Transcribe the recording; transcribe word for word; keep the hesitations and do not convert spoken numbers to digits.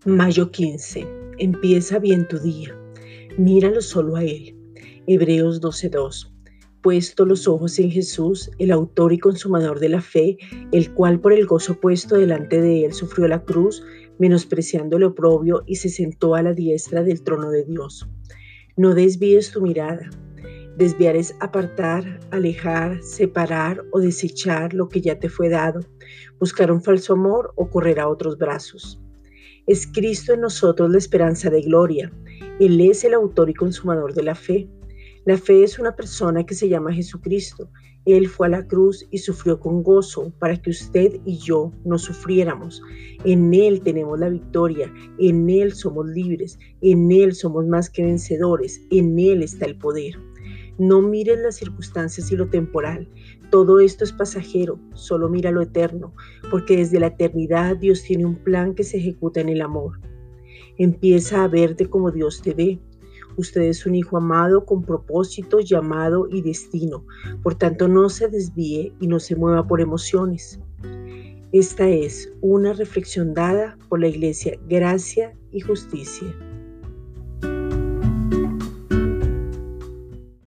Mayo quince. Empieza bien tu día. Míralo solo a Él. Hebreos doce dos. Puesto los ojos en Jesús, el autor y consumador de la fe, el cual por el gozo puesto delante de Él sufrió la cruz, menospreciando el oprobio, y se sentó a la diestra del trono de Dios. No desvíes tu mirada. Desviar es apartar, alejar, separar o desechar lo que ya te fue dado, buscar un falso amor o correr a otros brazos. Es Cristo en nosotros la esperanza de gloria. Él es el autor y consumador de la fe. La fe es una persona que se llama Jesucristo. Él fue a la cruz y sufrió con gozo para que usted y yo no sufriéramos. En Él tenemos la victoria, en Él somos libres, en Él somos más que vencedores, en Él está el poder. No mires las circunstancias y lo temporal. Todo esto es pasajero, solo mira lo eterno, porque desde la eternidad Dios tiene un plan que se ejecuta en el amor. Empieza a verte como Dios te ve. Usted es un hijo amado con propósito, llamado y destino. Por tanto, no se desvíe y no se mueva por emociones. Esta es una reflexión dada por la Iglesia Gracia y Justicia.